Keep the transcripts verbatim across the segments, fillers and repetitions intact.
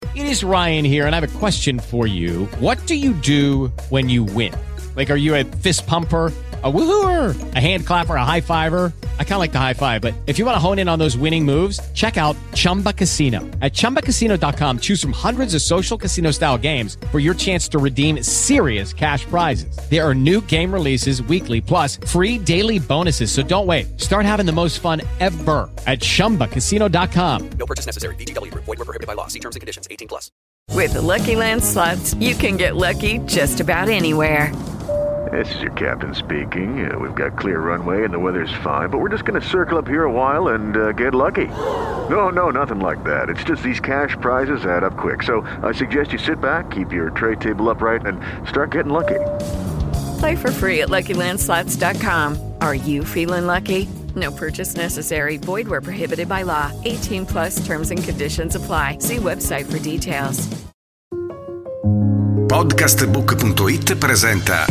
It is Ryan here, and I have a question for you. What do you do when you win? Like, are you a fist pumper, a woohooer, a hand clapper, a high fiver? I kind of like the high five, but if you want to hone in on those winning moves, check out Chumba Casino. At chumba casino dot com, choose from hundreds of social casino style games for your chance to redeem serious cash prizes. There are new game releases weekly, plus free daily bonuses. So don't wait. Start having the most fun ever at chumba casino dot com. No purchase necessary. V G W Group. Void where prohibited by law. See terms and conditions. eighteen plus. With the Lucky Land Slots, you can get lucky just about anywhere. This is your captain speaking. Uh, we've got clear runway and the weather's fine, but we're just going to circle up here a while and uh, get lucky. No, no, nothing like that. It's just these cash prizes add up quick. So I suggest you sit back, keep your tray table upright, and start getting lucky. Play for free at lucky land slots dot com. Are you feeling lucky? No purchase necessary. Void where prohibited by law. eighteen plus terms and conditions apply. See website for details. Podcastbook punto it presenta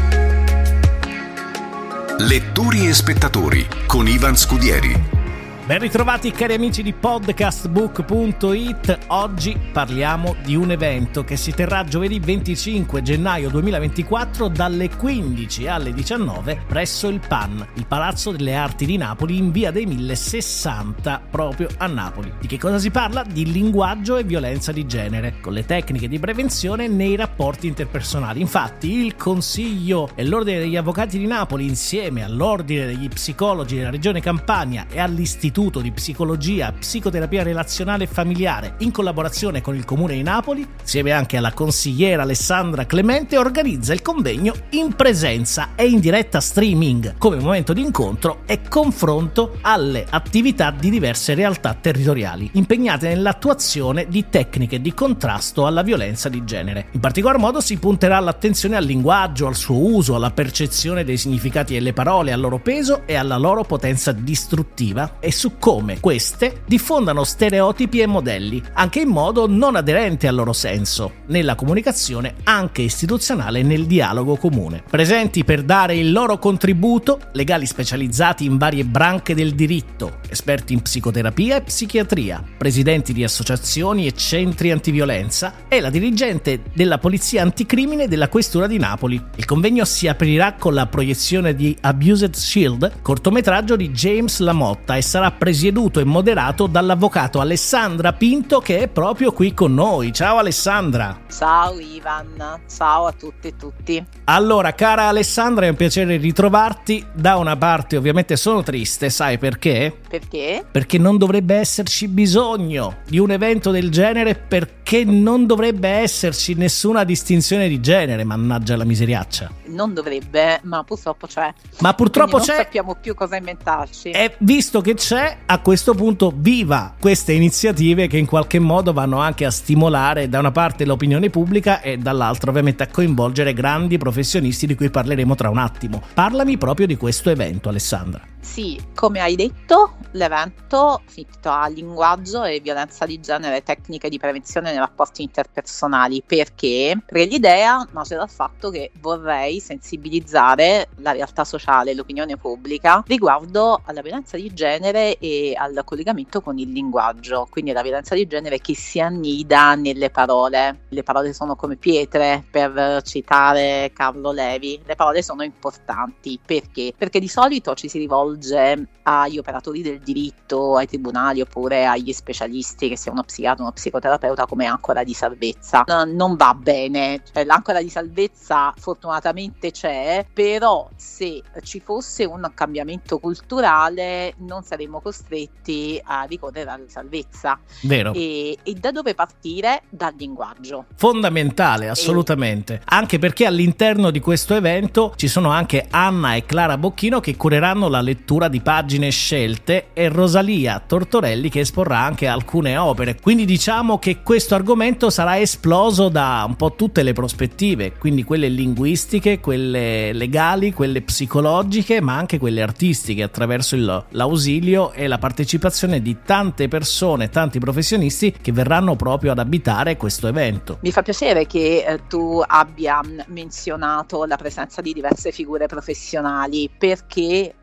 Lettori e spettatori con Ivan Scudieri. Ben ritrovati cari amici di podcastbook punto it. Oggi parliamo di un evento che si terrà giovedì venticinque gennaio duemilaventiquattro dalle quindici alle diciannove presso il P A N, il Palazzo delle Arti di Napoli, in via dei Mille sessanta, proprio a Napoli. Di che cosa si parla? Di linguaggio e violenza di genere, con le tecniche di prevenzione nei rapporti interpersonali. Infatti il Consiglio e l'Ordine degli Avvocati di Napoli, insieme all'Ordine degli Psicologi della Regione Campania e all'Istituto di Psicologia, Psicoterapia Relazionale e Familiare, in collaborazione con il Comune di Napoli, insieme anche alla consigliera Alessandra Clemente, organizza il convegno in presenza e in diretta streaming come momento di incontro e confronto alle attività di diverse realtà territoriali impegnate nell'attuazione di tecniche di contrasto alla violenza di genere. In particolar modo si punterà l'attenzione al linguaggio, al suo uso, alla percezione dei significati delle parole, al loro peso e alla loro potenza distruttiva, e su come queste diffondano stereotipi e modelli, anche in modo non aderente al loro senso, nella comunicazione anche istituzionale e nel dialogo comune. Presenti per dare il loro contributo legali specializzati in varie branche del diritto, esperti in psicoterapia e psichiatria, presidenti di associazioni e centri antiviolenza e la dirigente della Polizia Anticrimine della Questura di Napoli. Il convegno si aprirà con la proiezione di Abused Shield, cortometraggio di James Lamotta, e sarà presieduto e moderato dall'avvocato Alessandra Pinto, che è proprio qui con noi. Ciao Alessandra. Ciao Ivan, ciao a tutti e tutti. Allora, cara Alessandra, è un piacere ritrovarti. Da una parte ovviamente sono triste, sai perché? Perché? Perché non dovrebbe esserci bisogno di un evento del genere, perché non dovrebbe esserci nessuna distinzione di genere, mannaggia la miseriaccia. Non dovrebbe, ma purtroppo c'è. Ma purtroppo Quindi c'è. Non sappiamo più cosa inventarci. E visto che c'è, a questo punto viva queste iniziative che in qualche modo vanno anche a stimolare da una parte l'opinione pubblica e dall'altra ovviamente a coinvolgere grandi professionisti di cui parleremo tra un attimo. Parlami proprio di questo evento, Alessandra. Sì, come hai detto, l'evento si intitola Linguaggio e violenza di genere, tecniche di prevenzione nei rapporti interpersonali. Perché? Perché l'idea nasce dal fatto che vorrei sensibilizzare la realtà sociale, l'opinione pubblica riguardo alla violenza di genere e al collegamento con il linguaggio. Quindi la violenza di genere che si annida nelle parole. Le parole sono come pietre, per citare Carlo Levi. Le parole sono importanti. Perché? Perché di solito ci si rivolge agli operatori del diritto, ai tribunali oppure agli specialisti, che sia uno psichiatra o uno psicoterapeuta, come ancora di salvezza. No, non va bene, cioè, l'ancora di salvezza fortunatamente c'è, però se ci fosse un cambiamento culturale non saremmo costretti a ricorrere alla salvezza. Vero. E, e da dove partire? Dal linguaggio. Fondamentale, assolutamente. E... anche perché all'interno di questo evento ci sono anche Anna e Clara Bocchino che cureranno la lettura di pagine scelte e Rosalia Tortorelli che esporrà anche alcune opere. Quindi diciamo che questo argomento sarà esploso da un po' tutte le prospettive, quindi quelle linguistiche, quelle legali, quelle psicologiche, ma anche quelle artistiche, attraverso il, l'ausilio e la partecipazione di tante persone, tanti professionisti che verranno proprio ad abitare questo evento. Mi fa piacere che eh, tu abbia menzionato la presenza di diverse figure professionali, perché in qualità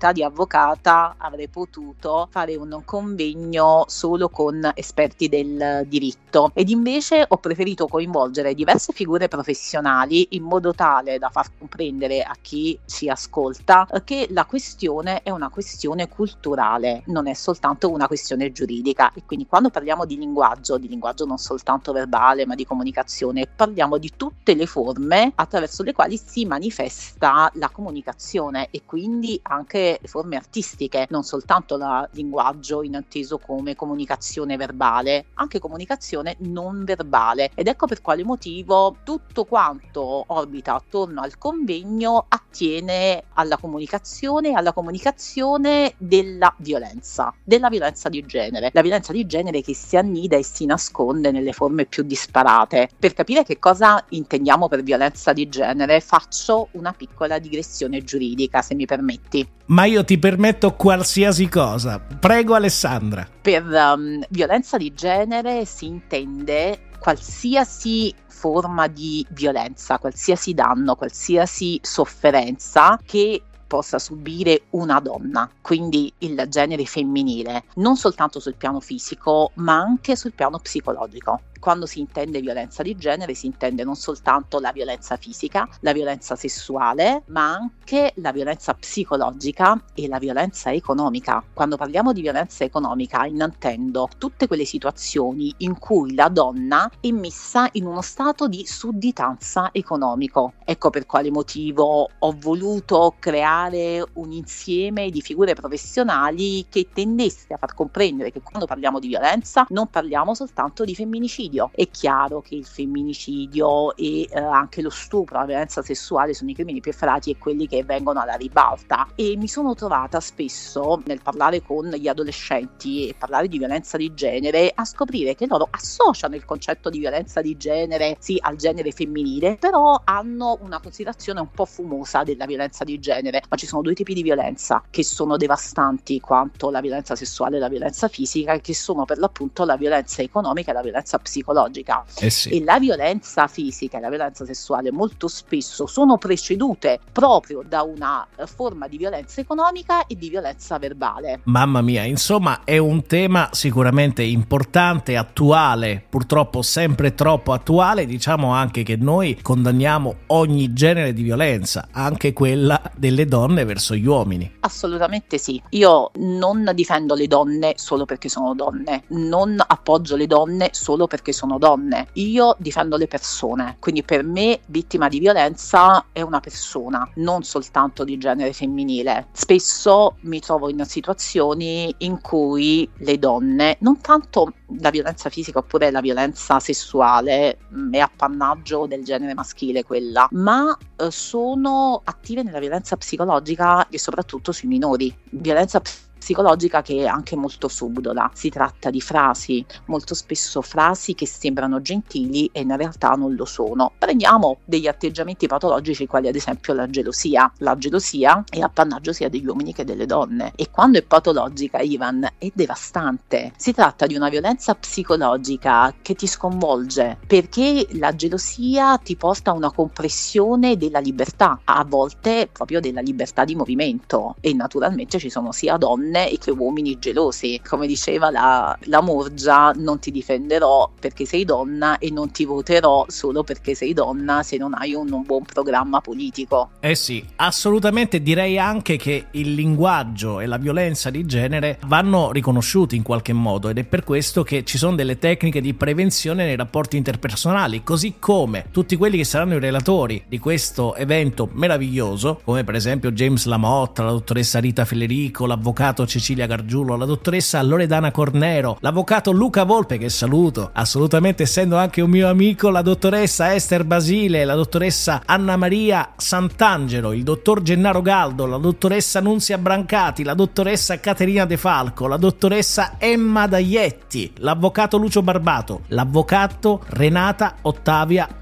qualità di avvocata avrei potuto fare un convegno solo con esperti del diritto, ed invece ho preferito coinvolgere diverse figure professionali in modo tale da far comprendere a chi ci ascolta che la questione è una questione culturale, non è soltanto una questione giuridica. E quindi quando parliamo di linguaggio, di linguaggio non soltanto verbale ma di comunicazione, parliamo di tutte le forme attraverso le quali si manifesta la comunicazione, e quindi anche le forme artistiche, non soltanto il linguaggio inteso come comunicazione verbale, anche comunicazione non verbale. Ed ecco per quale motivo tutto quanto orbita attorno al convegno attiene alla comunicazione, alla comunicazione della violenza, della violenza di genere, la violenza di genere che si annida e si nasconde nelle forme più disparate. Per capire che cosa intendiamo per violenza di genere, faccio una piccola digressione giuridica, se mi permetti. Ma io ti permetto qualsiasi cosa. Prego, Alessandra. Per um, violenza di genere si intende qualsiasi forma di violenza, qualsiasi danno, qualsiasi sofferenza che possa subire una donna, quindi il genere femminile, non soltanto sul piano fisico ma anche sul piano psicologico. Quando si intende violenza di genere si intende non soltanto la violenza fisica, la violenza sessuale, ma anche la violenza psicologica e la violenza economica. Quando parliamo di violenza economica intendo tutte quelle situazioni in cui la donna è messa in uno stato di sudditanza economico. Ecco per quale motivo ho voluto creare un insieme di figure professionali che tendesse a far comprendere che quando parliamo di violenza non parliamo soltanto di femminicidio. È chiaro che il femminicidio e eh, anche lo stupro, la violenza sessuale sono i crimini più efferati e quelli che vengono alla ribalta, e mi sono trovata spesso nel parlare con gli adolescenti e parlare di violenza di genere a scoprire che loro associano il concetto di violenza di genere sì al genere femminile, però hanno una considerazione un po' fumosa della violenza di genere. Ma ci sono due tipi di violenza che sono devastanti quanto la violenza sessuale e la violenza fisica, che sono per l'appunto la violenza economica e la violenza psicologica. psicologica eh sì. E la violenza fisica e la violenza sessuale molto spesso sono precedute proprio da una forma di violenza economica e di violenza verbale. Mamma mia, insomma è un tema sicuramente importante, attuale, purtroppo sempre troppo attuale. Diciamo anche che noi condanniamo ogni genere di violenza, anche quella delle donne verso gli uomini. Assolutamente sì, io non difendo le donne solo perché sono donne, non appoggio le donne solo perché sono donne, io difendo le persone, quindi per me vittima di violenza è una persona, non soltanto di genere femminile. Spesso mi trovo in situazioni in cui le donne, non tanto la violenza fisica oppure la violenza sessuale è appannaggio del genere maschile quella, ma eh, sono attive nella violenza psicologica e soprattutto sui minori, violenza psicologica psicologica che è anche molto subdola. Si tratta di frasi, molto spesso frasi che sembrano gentili e in realtà non lo sono. Prendiamo degli atteggiamenti patologici quali ad esempio la gelosia. La gelosia è appannaggio sia degli uomini che delle donne, e quando è patologica, Ivan, è devastante. Si tratta di una violenza psicologica che ti sconvolge, perché la gelosia ti porta a una compressione della libertà, a volte proprio della libertà di movimento, e naturalmente ci sono sia donne e che uomini gelosi. Come diceva la, la Murgia, non ti difenderò perché sei donna e non ti voterò solo perché sei donna se non hai un, un buon programma politico. Eh sì, assolutamente. Direi anche che il linguaggio e la violenza di genere vanno riconosciuti in qualche modo, ed è per questo che ci sono delle tecniche di prevenzione nei rapporti interpersonali, così come tutti quelli che saranno i relatori di questo evento meraviglioso, come per esempio James Lamotta, la dottoressa Rita Federico, l'avvocato Cecilia Gargiulo, la dottoressa Loredana Cornero, l'avvocato Luca Volpe, che saluto assolutamente essendo anche un mio amico, la dottoressa Esther Basile, la dottoressa Anna Maria Sant'Angelo, il dottor Gennaro Galdo, la dottoressa Nunzia Brancati, la dottoressa Caterina De Falco, la dottoressa Emma Daglietti, l'avvocato Lucio Barbato, l'avvocato Renata Ottavia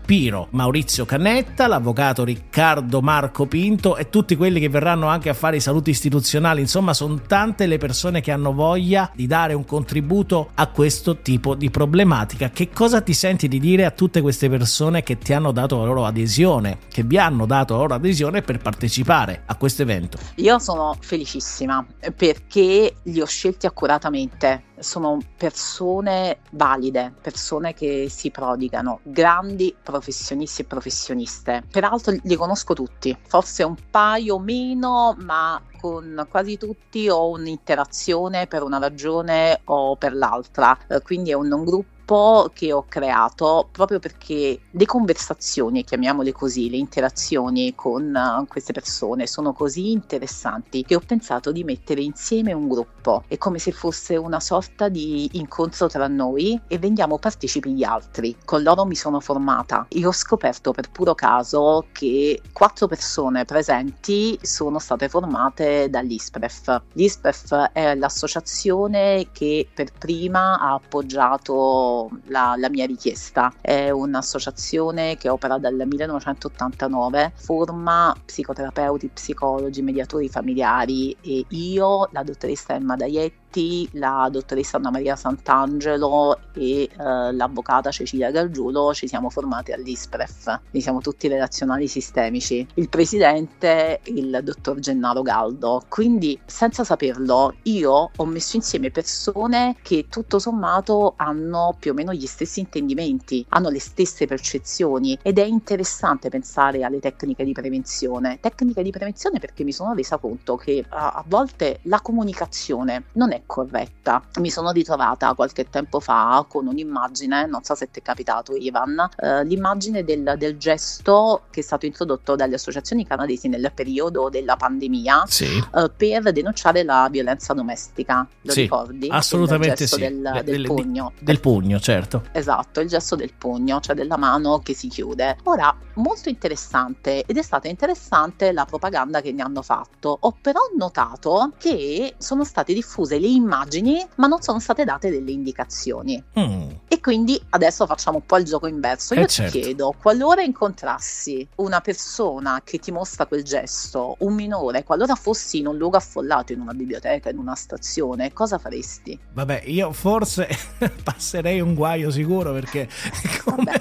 Piro, Maurizio Cannetta, l'avvocato Riccardo Marco Pinto e tutti quelli che verranno anche a fare i saluti istituzionali. Insomma, sono tante le persone che hanno voglia di dare un contributo a questo tipo di problematica. Che cosa ti senti di dire a tutte queste persone che ti hanno dato la loro adesione, che vi hanno dato la loro adesione per partecipare a questo evento? Io sono felicissima perché li ho scelti accuratamente. Sono persone valide, persone che si prodigano, grandi professionisti e professioniste. Peraltro li conosco tutti, forse un paio meno, ma con quasi tutti ho un'interazione per una ragione o per l'altra, eh, quindi è un non gruppo che ho creato proprio perché le conversazioni, chiamiamole così, le interazioni con uh, queste persone sono così interessanti che ho pensato di mettere insieme un gruppo. È come se fosse una sorta di incontro tra noi e rendiamo partecipi gli altri. Con loro mi sono formata e ho scoperto per puro caso che quattro persone presenti sono state formate dall'I S P R E F. L'I S P R E F è l'associazione che per prima ha appoggiato La, la mia richiesta. È un'associazione che opera dal millenovecentottantanove, forma psicoterapeuti, psicologi, mediatori familiari e io, la dottoressa Emma Daietti, la dottoressa Anna Maria Sant'Angelo e eh, l'avvocata Cecilia Gargiulo ci siamo formati all'I S P R E F. Quindi siamo tutti relazionali sistemici. Il presidente, il dottor Gennaro Galdo. Quindi, senza saperlo, io ho messo insieme persone che tutto sommato hanno più o meno gli stessi intendimenti, hanno le stesse percezioni ed è interessante pensare alle tecniche di prevenzione. Tecniche di prevenzione perché mi sono resa conto che a, a volte la comunicazione non è corretta. Mi sono ritrovata qualche tempo fa con un'immagine, non so se ti è capitato Ivan, eh, l'immagine del, del gesto che è stato introdotto dalle associazioni canadesi nel periodo della pandemia, sì. eh, per denunciare la violenza domestica. Lo sì, ricordi? assolutamente il gesto sì. del, Le, del le, pugno. Del pugno, certo. Esatto, il gesto del pugno, cioè della mano che si chiude. Ora, molto interessante, ed è stata interessante la propaganda che ne hanno fatto. Ho però notato che sono state diffuse le immagini, ma non sono state date delle indicazioni. Mm. E quindi adesso facciamo un po' il gioco inverso. Io Eh ti certo. chiedo, qualora incontrassi una persona che ti mostra quel gesto, un minore, qualora fossi in un luogo affollato, in una biblioteca, in una stazione, cosa faresti? Vabbè, io forse passerei un guaio sicuro perché come,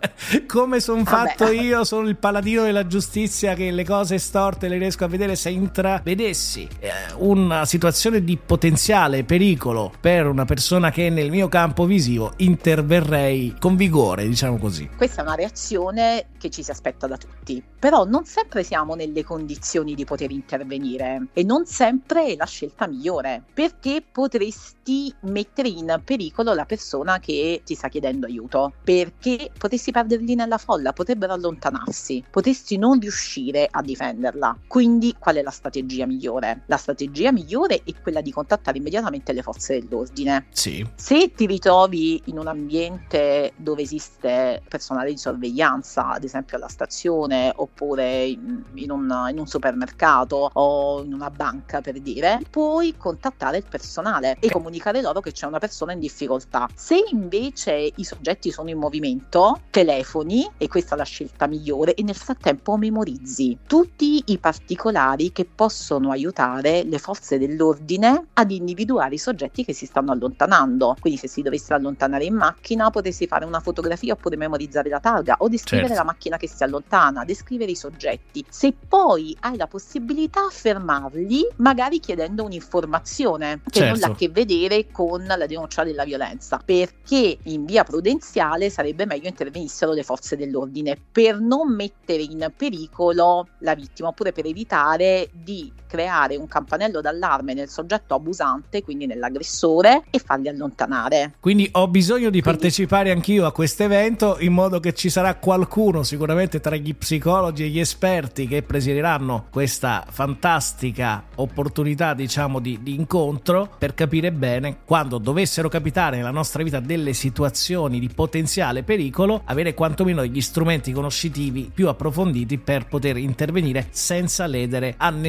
come sono fatto io, sono il paladino della giustizia che le cose storte le riesco a vedere. Se intravedessi eh, una situazione di potenziale pericolo per una persona che è nel mio campo visivo, interverrei con vigore, diciamo così. Questa è una reazione che ci si aspetta da tutti, però non sempre siamo nelle condizioni di poter intervenire e non sempre è la scelta migliore, perché potresti mettere in pericolo la persona che ti sta chiedendo aiuto, perché potresti perderli nella folla, potrebbero allontanarsi, potresti non riuscire a difenderla. Quindi qual è la strategia migliore? La strategia migliore è quella di contattare immediatamente le forze dell'ordine. Sì. Se ti ritrovi in un ambiente dove esiste personale di sorveglianza, ad esempio alla stazione oppure in, in, un, in un supermercato o in una banca, per dire, puoi contattare il personale e comunicare loro che c'è una persona in difficoltà. Se invece i soggetti sono in movimento, telefoni, e questa è la scelta migliore, e nel frattempo memorizzi tutti i particolari che possono aiutare le forze dell'ordine ad individuare i soggetti che si stanno allontanando. Quindi se si dovessero allontanare in macchina, potresti fare una fotografia oppure memorizzare la targa o descrivere certo. la macchina che si allontana, descrivere i soggetti. Se poi hai la possibilità, fermarli, magari chiedendo un'informazione che certo. non ha a che vedere con la denuncia della violenza, perché in via prudenziale sarebbe meglio intervenissero le forze dell'ordine per non mettere in pericolo la vittima, oppure per evitare di creare un campanello d'allarme nel soggetto abusante, quindi nell'aggressore, e farli allontanare. Quindi ho bisogno di Quindi... partecipare anch'io a questo evento, in modo che ci sarà qualcuno sicuramente tra gli psicologi e gli esperti che presideranno questa fantastica opportunità, diciamo, di, di incontro, per capire bene, quando dovessero capitare nella nostra vita delle situazioni di potenziale pericolo, avere quantomeno gli strumenti conoscitivi più approfonditi per poter intervenire senza ledere a nessuno.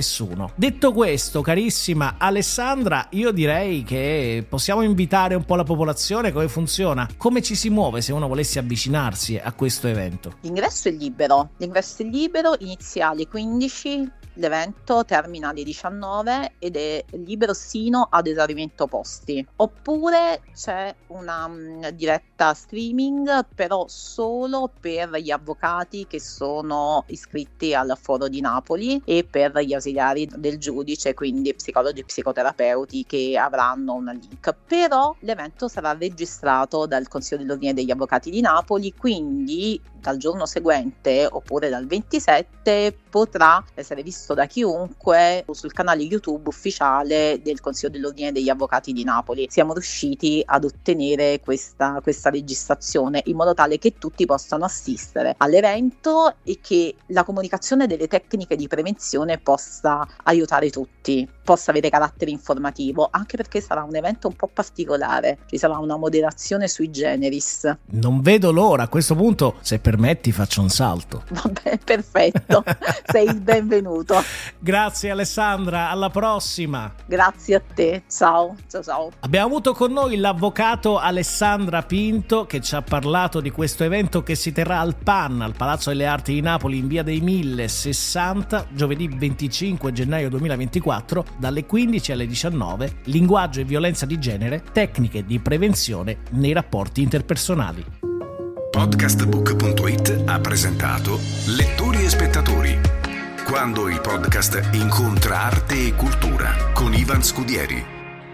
Benissimo. Detto questo, carissima Alessandra, io direi che possiamo invitare un po' la popolazione. Come funziona? Come ci si muove se uno volesse avvicinarsi a questo evento? L'ingresso è libero, l'ingresso è libero, inizia alle quindici, l'evento termina alle diciannove ed è libero sino ad esaurimento posti. Oppure c'è una um, diretta streaming, però solo per gli avvocati che sono iscritti al Foro di Napoli e per gli ausiliari del giudice, quindi psicologi e psicoterapeuti che avranno un link. Però l'evento sarà registrato dal Consiglio dell'Ordine degli Avvocati di Napoli, quindi dal giorno seguente oppure dal ventisette potrà essere visto da chiunque sul canale YouTube ufficiale del Consiglio dell'Ordine degli Avvocati di Napoli. Siamo riusciti ad ottenere questa, questa registrazione in modo tale che tutti possano assistere all'evento e che la comunicazione delle tecniche di prevenzione possa aiutare tutti, possa avere carattere informativo, anche perché sarà un evento un po' particolare, ci sarà una moderazione sui generis. Non vedo l'ora, a questo punto, se permetti, faccio un salto. Vabbè, perfetto, sei il benvenuto. Grazie Alessandra, alla prossima. Grazie a te, ciao, ciao ciao. Abbiamo avuto con noi l'avvocato Alessandra Pinto che ci ha parlato di questo evento che si terrà al P A N, al Palazzo delle Arti di Napoli, in via dei Mille sessanta, giovedì venticinque gennaio duemilaventiquattro, dalle quindici alle diciannove. Linguaggio e violenza di genere, tecniche di prevenzione nei rapporti interpersonali. Podcastbook punto it ha presentato Lettori e spettatori, quando il podcast incontra arte e cultura, con Ivan Scudieri.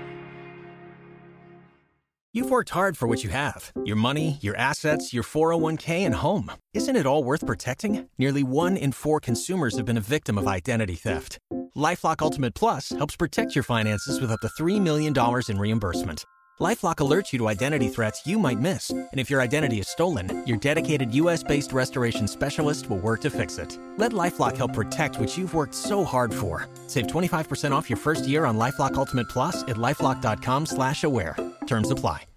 You've worked hard for what you have. Your money, your assets, your four oh one k, and home. Isn't it all worth protecting? Nearly one in four consumers have been a victim of identity theft. LifeLock Ultimate Plus helps protect your finances with up to three million dollars in reimbursement. LifeLock alerts you to identity threats you might miss. And if your identity is stolen, your dedicated U S-based restoration specialist will work to fix it. Let LifeLock help protect what you've worked so hard for. Save twenty-five percent off your first year on LifeLock Ultimate Plus at LifeLock.com slash aware. Terms apply.